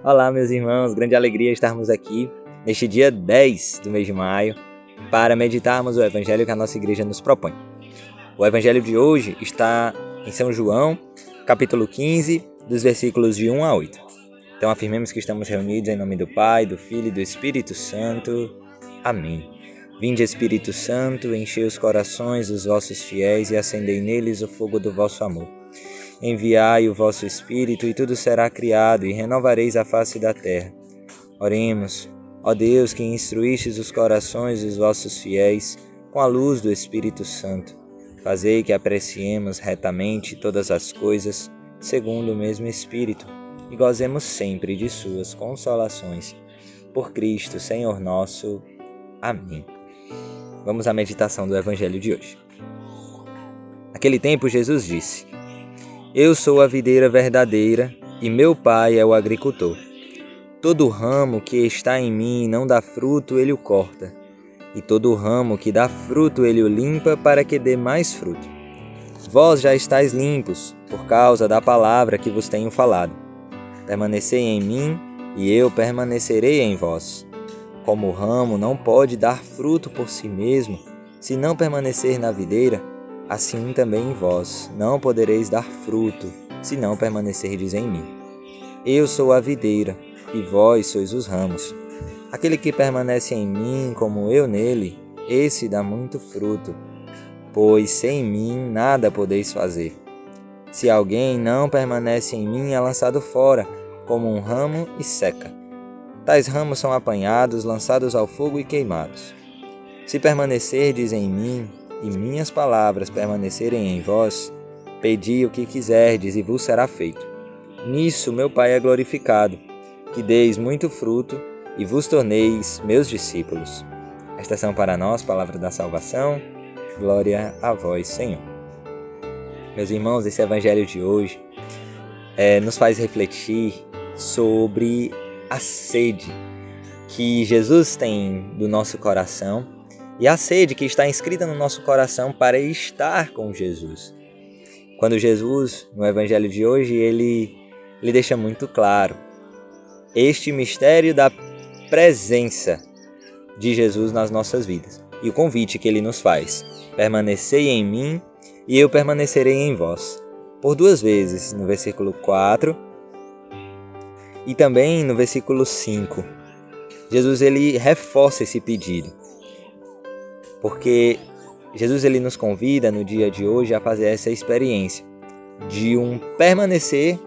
Olá, meus irmãos, grande alegria estarmos aqui neste dia 10 do mês de maio para meditarmos o Evangelho que a nossa igreja nos propõe. O Evangelho de hoje está em São João, capítulo 15, dos versículos de 1 a 8. Então afirmemos que estamos reunidos em nome do Pai, do Filho e do Espírito Santo. Amém. Vinde, Espírito Santo, enchei os corações dos vossos fiéis e acendei neles o fogo do vosso amor. Enviai o vosso Espírito e tudo será criado e renovareis a face da terra. Oremos, ó Deus, que instruístes os corações dos vossos fiéis com a luz do Espírito Santo. Fazei que apreciemos retamente todas as coisas segundo o mesmo Espírito e gozemos sempre de suas consolações. Por Cristo, Senhor nosso. Amém. Vamos à meditação do Evangelho de hoje. Naquele tempo, Jesus disse: Eu sou a videira verdadeira e meu Pai é o agricultor. Todo ramo que está em mim e não dá fruto, ele o corta. E todo ramo que dá fruto, ele o limpa para que dê mais fruto. Vós já estáis limpos, por causa da palavra que vos tenho falado. Permanecei em mim e eu permanecerei em vós. Como o ramo não pode dar fruto por si mesmo, se não permanecer na videira, assim também vós não podereis dar fruto, se não permanecerdes em mim. Eu sou a videira, e vós sois os ramos. Aquele que permanece em mim, como eu nele, esse dá muito fruto, pois sem mim nada podeis fazer. Se alguém não permanece em mim, é lançado fora, como um ramo e seca. Tais ramos são apanhados, lançados ao fogo e queimados. Se permanecerdes em mim, e minhas palavras permanecerem em vós, pedi o que quiserdes e vos será feito. Nisso meu Pai é glorificado, que deis muito fruto e vos torneis meus discípulos. Estas são para nós palavras da salvação. Glória a vós, Senhor. Meus irmãos, esse Evangelho de hoje nos faz refletir sobre a sede que Jesus tem do nosso coração e a sede que está inscrita no nosso coração para estar com Jesus. Quando Jesus, no Evangelho de hoje, ele deixa muito claro este mistério da presença de Jesus nas nossas vidas. E o convite que ele nos faz: permanecei em mim e eu permanecerei em vós. Por duas vezes, no versículo 4 e também no versículo 5. Jesus ele reforça esse pedido. Porque Jesus ele nos convida no dia de hoje a fazer essa experiência de um permanecer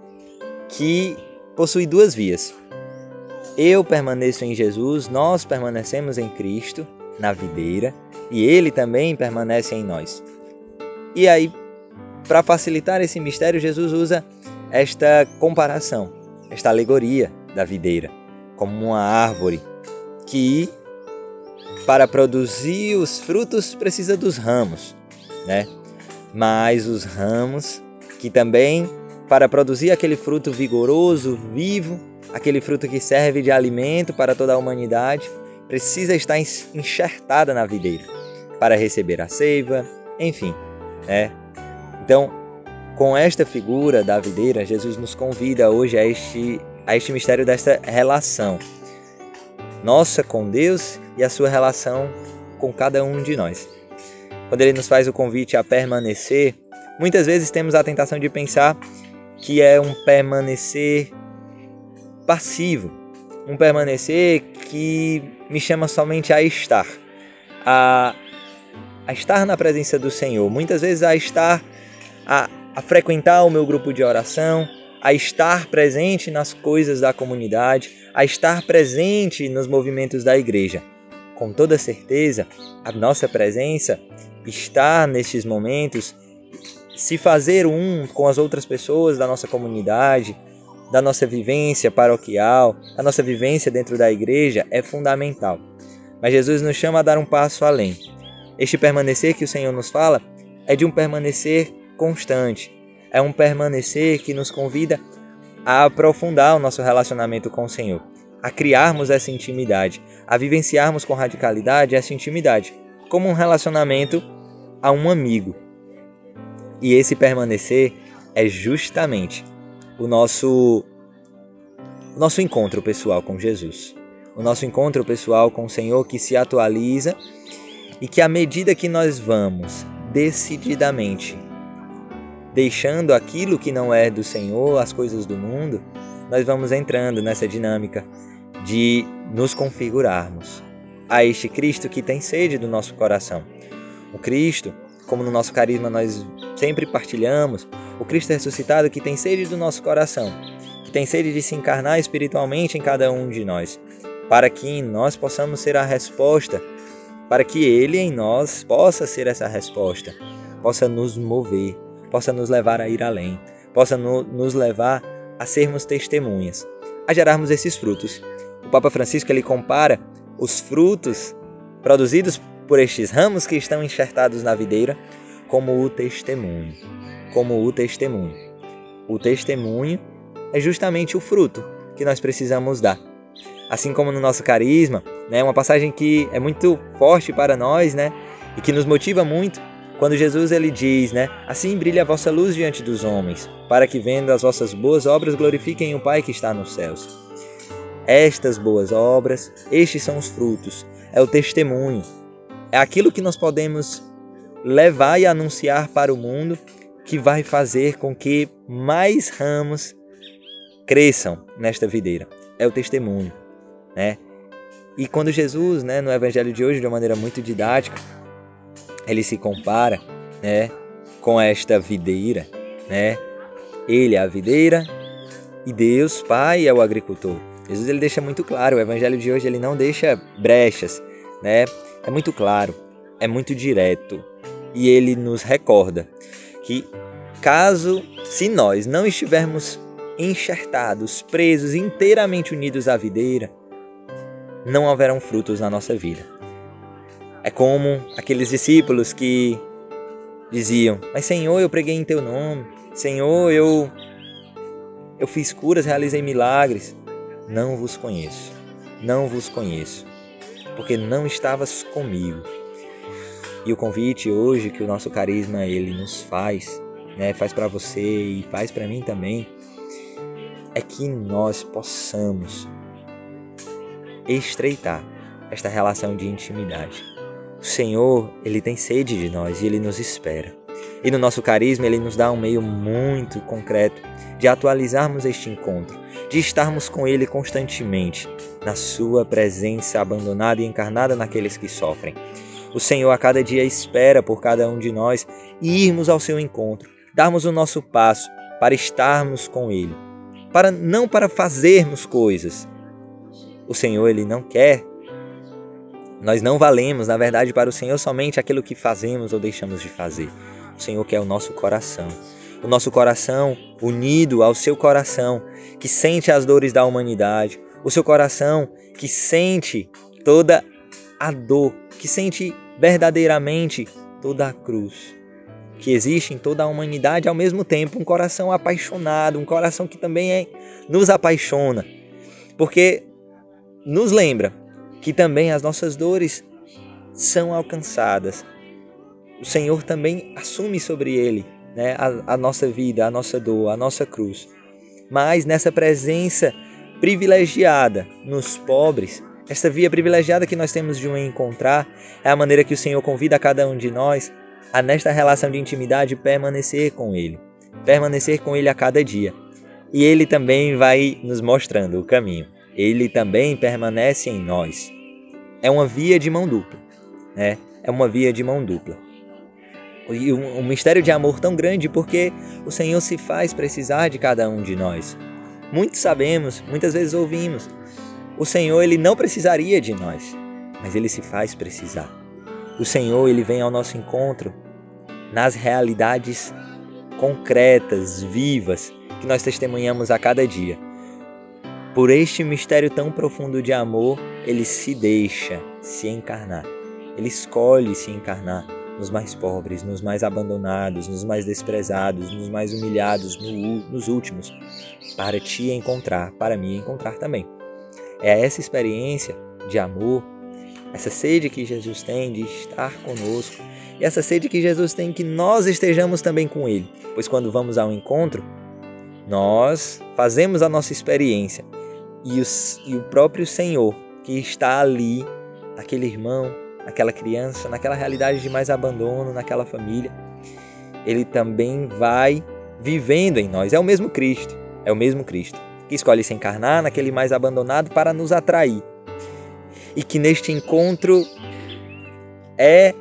que possui duas vias. Eu permaneço em Jesus, nós permanecemos em Cristo, na videira, e Ele também permanece em nós. E aí, para facilitar esse mistério, Jesus usa esta comparação, esta alegoria da videira, como uma árvore que, para produzir os frutos, precisa dos ramos, né? Mas os ramos que também, para produzir aquele fruto vigoroso, vivo, aquele fruto que serve de alimento para toda a humanidade, precisa estar enxertada na videira para receber a seiva, enfim, né? Então, com esta figura da videira, Jesus nos convida hoje a este mistério desta relação nossa com Deus e a sua relação com cada um de nós. Quando ele nos faz o convite a permanecer, muitas vezes temos a tentação de pensar que é um permanecer passivo, um permanecer que me chama somente a estar na presença do Senhor, muitas vezes a frequentar o meu grupo de oração, a estar presente nas coisas da comunidade, a estar presente nos movimentos da igreja. Com toda certeza, a nossa presença está nestes momentos, se fazer um com as outras pessoas da nossa comunidade, da nossa vivência paroquial, da nossa vivência dentro da igreja é fundamental. Mas Jesus nos chama a dar um passo além. Este permanecer que o Senhor nos fala é de um permanecer constante. É um permanecer que nos convida a aprofundar o nosso relacionamento com o Senhor, a criarmos essa intimidade, a vivenciarmos com radicalidade essa intimidade, como um relacionamento a um amigo. E esse permanecer é justamente o nosso o nosso encontro pessoal com Jesus. O nosso encontro pessoal com o Senhor que se atualiza e que à medida que nós vamos decididamente deixando aquilo que não é do Senhor, as coisas do mundo, nós vamos entrando nessa dinâmica de nos configurarmos a este Cristo que tem sede do nosso coração. O Cristo, como no nosso carisma nós sempre partilhamos, o Cristo ressuscitado que tem sede do nosso coração, que tem sede de se encarnar espiritualmente em cada um de nós, para que em nós possamos ser a resposta, para que Ele em nós possa ser essa resposta, possa nos mover, possa nos levar a ir além, possa nos levar a sermos testemunhas, a gerarmos esses frutos. O Papa Francisco ele compara os frutos produzidos por estes ramos que estão enxertados na videira como o testemunho. Como o testemunho. O testemunho é justamente o fruto que nós precisamos dar. Assim como no nosso carisma, uma passagem que é muito forte para nós, e que nos motiva muito, quando Jesus ele diz, assim brilha a vossa luz diante dos homens, para que vendo as vossas boas obras glorifiquem o Pai que está nos céus. Estas boas obras, estes são os frutos, é o testemunho, é aquilo que nós podemos levar e anunciar para o mundo, que vai fazer com que mais ramos cresçam nesta videira. É o testemunho, E quando Jesus, no Evangelho de hoje, de uma maneira muito didática, ele se compara, com esta videira, Ele é a videira e Deus, Pai, é o agricultor. Jesus ele deixa muito claro, o Evangelho de hoje ele não deixa brechas, É muito claro, é muito direto e ele nos recorda que se nós não estivermos enxertados, presos, inteiramente unidos à videira, não haverão frutos na nossa vida. É como aqueles discípulos que diziam, mas Senhor, eu preguei em Teu nome, Senhor, eu fiz curas, realizei milagres. Não vos conheço, porque não estavas comigo. E o convite hoje que o nosso carisma ele nos faz, faz para você e faz para mim também, é que nós possamos estreitar esta relação de intimidade. O Senhor, Ele tem sede de nós e Ele nos espera. E no nosso carisma, Ele nos dá um meio muito concreto de atualizarmos este encontro, de estarmos com Ele constantemente, na Sua presença abandonada e encarnada naqueles que sofrem. O Senhor a cada dia espera por cada um de nós e irmos ao Seu encontro, darmos o nosso passo para estarmos com Ele, não para fazermos coisas. O Senhor, Ele não quer. Nós não valemos, na verdade, para o Senhor somente aquilo que fazemos ou deixamos de fazer. O Senhor quer o nosso coração unido ao seu coração, que sente as dores da humanidade, o seu coração que sente toda a dor, que sente verdadeiramente toda a cruz, que existe em toda a humanidade ao mesmo tempo, um coração apaixonado, um coração que também nos apaixona, porque nos lembra que também as nossas dores são alcançadas. O Senhor também assume sobre Ele a nossa vida, a nossa dor, a nossa cruz. Mas nessa presença privilegiada nos pobres, essa via privilegiada que nós temos de o encontrar, é a maneira que o Senhor convida a cada um de nós a nesta relação de intimidade permanecer com Ele a cada dia. E Ele também vai nos mostrando o caminho. Ele também permanece em nós. É uma via de mão dupla, É uma via de mão dupla. E um mistério de amor tão grande porque o Senhor se faz precisar de cada um de nós. Muitos sabemos, muitas vezes ouvimos, o Senhor ele não precisaria de nós, mas Ele se faz precisar. O Senhor ele vem ao nosso encontro nas realidades concretas, vivas, que nós testemunhamos a cada dia. Por este mistério tão profundo de amor, Ele se deixa se encarnar. Ele escolhe se encarnar nos mais pobres, nos mais abandonados, nos mais desprezados, nos mais humilhados, nos últimos, para te encontrar, para me encontrar também. É essa experiência de amor, essa sede que Jesus tem de estar conosco, e essa sede que Jesus tem que nós estejamos também com Ele, pois quando vamos ao encontro, nós fazemos a nossa experiência e o próprio Senhor que está ali, naquele irmão, naquela criança, naquela realidade de mais abandono, naquela família, Ele também vai vivendo em nós. É o mesmo Cristo que escolhe se encarnar naquele mais abandonado para nos atrair. E que neste encontro é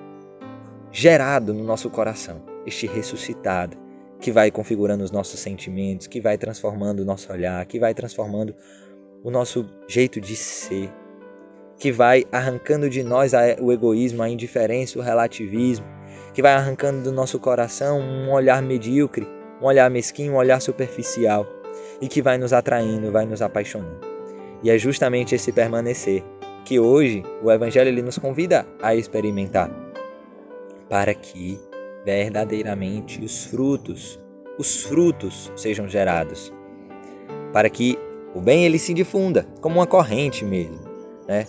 gerado no nosso coração este ressuscitado, que vai configurando os nossos sentimentos, que vai transformando o nosso olhar, que vai transformando o nosso jeito de ser, que vai arrancando de nós o egoísmo, a indiferença, o relativismo, que vai arrancando do nosso coração um olhar medíocre, um olhar mesquinho, um olhar superficial, e que vai nos atraindo, vai nos apaixonando. E é justamente esse permanecer que hoje o Evangelho ele nos convida a experimentar, para que verdadeiramente os frutos sejam gerados, para que o bem ele se difunda como uma corrente mesmo, né?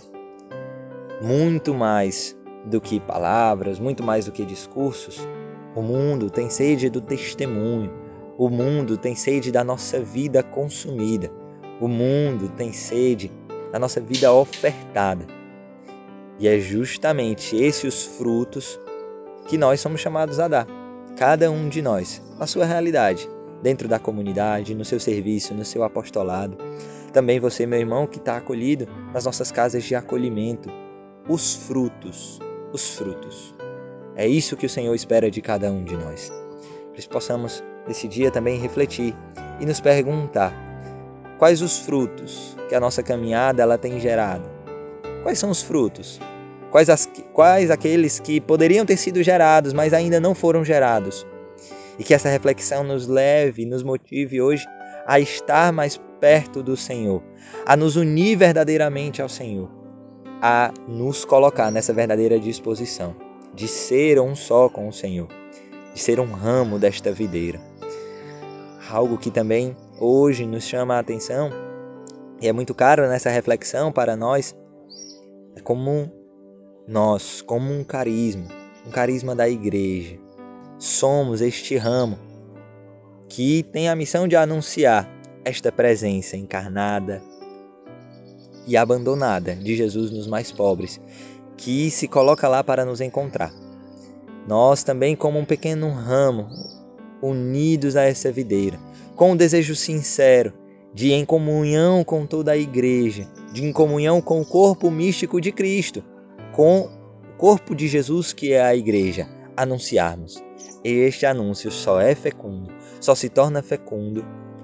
Muito mais do que palavras, muito mais do que discursos, o mundo tem sede do testemunho, o mundo tem sede da nossa vida consumida, o mundo tem sede da nossa vida ofertada. E é justamente esses os frutos que nós somos chamados a dar, cada um de nós, na sua realidade, dentro da comunidade, no seu serviço, no seu apostolado. Também você, meu irmão, que está acolhido nas nossas casas de acolhimento. Os frutos. É isso que o Senhor espera de cada um de nós. Que possamos, nesse dia, também refletir e nos perguntar quais os frutos que a nossa caminhada ela tem gerado. Quais são os frutos? Quais aqueles que poderiam ter sido gerados, mas ainda não foram gerados? E que essa reflexão nos leve, nos motive hoje a estar mais perto do Senhor, a nos unir verdadeiramente ao Senhor, a nos colocar nessa verdadeira disposição de ser um só com o Senhor, de ser um ramo desta videira. Algo que também hoje nos chama a atenção e é muito caro nessa reflexão para nós, é como um carisma da igreja, somos este ramo que tem a missão de anunciar esta presença encarnada e abandonada de Jesus nos mais pobres, que se coloca lá para nos encontrar. Nós também, como um pequeno ramo, unidos a essa videira, com um desejo sincero de em comunhão com toda a igreja, de em comunhão com o corpo místico de Cristo, com o corpo de Jesus que é a igreja, anunciarmos. E este anúncio só é fecundo, só se torna fecundo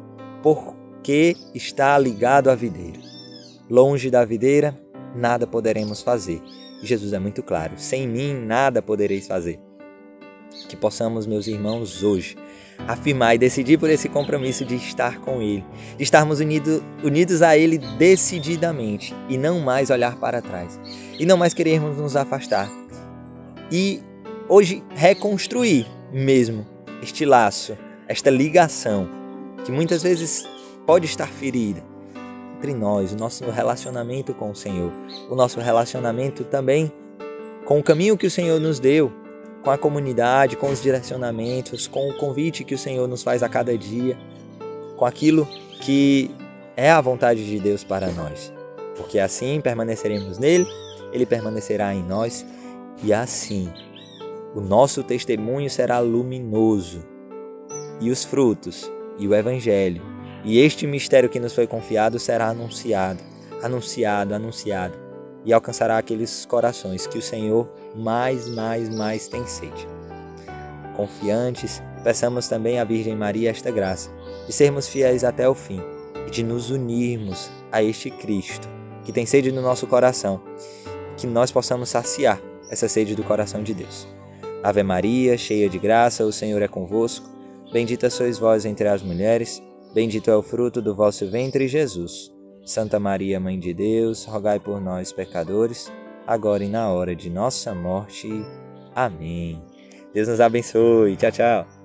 porque está ligado à videira. Longe da videira, nada poderemos fazer. E Jesus é muito claro, sem mim nada podereis fazer. Que possamos, meus irmãos, hoje afirmar e decidir por esse compromisso de estar com Ele, de estarmos unidos a Ele decididamente e não mais olhar para trás, e não mais querermos nos afastar. E hoje reconstruir mesmo este laço, esta ligação, que muitas vezes pode estar ferida entre nós, o nosso relacionamento com o Senhor, o nosso relacionamento também com o caminho que o Senhor nos deu, com a comunidade, com os direcionamentos, com o convite que o Senhor nos faz a cada dia, com aquilo que é a vontade de Deus para nós. Porque assim permaneceremos nele, ele permanecerá em nós e assim o nosso testemunho será luminoso e os frutos e o Evangelho e este mistério que nos foi confiado será anunciado e alcançará aqueles corações que o Senhor mais tem sede. Confiantes, peçamos também à Virgem Maria esta graça de sermos fiéis até o fim e de nos unirmos a este Cristo que tem sede no nosso coração, que nós possamos saciar essa sede do coração de Deus. Ave Maria, cheia de graça, o Senhor é convosco. Bendita sois vós entre as mulheres, bendito é o fruto do vosso ventre, Jesus. Santa Maria, Mãe de Deus, rogai por nós, pecadores, agora e na hora de nossa morte. Amém. Deus nos abençoe. Tchau, tchau.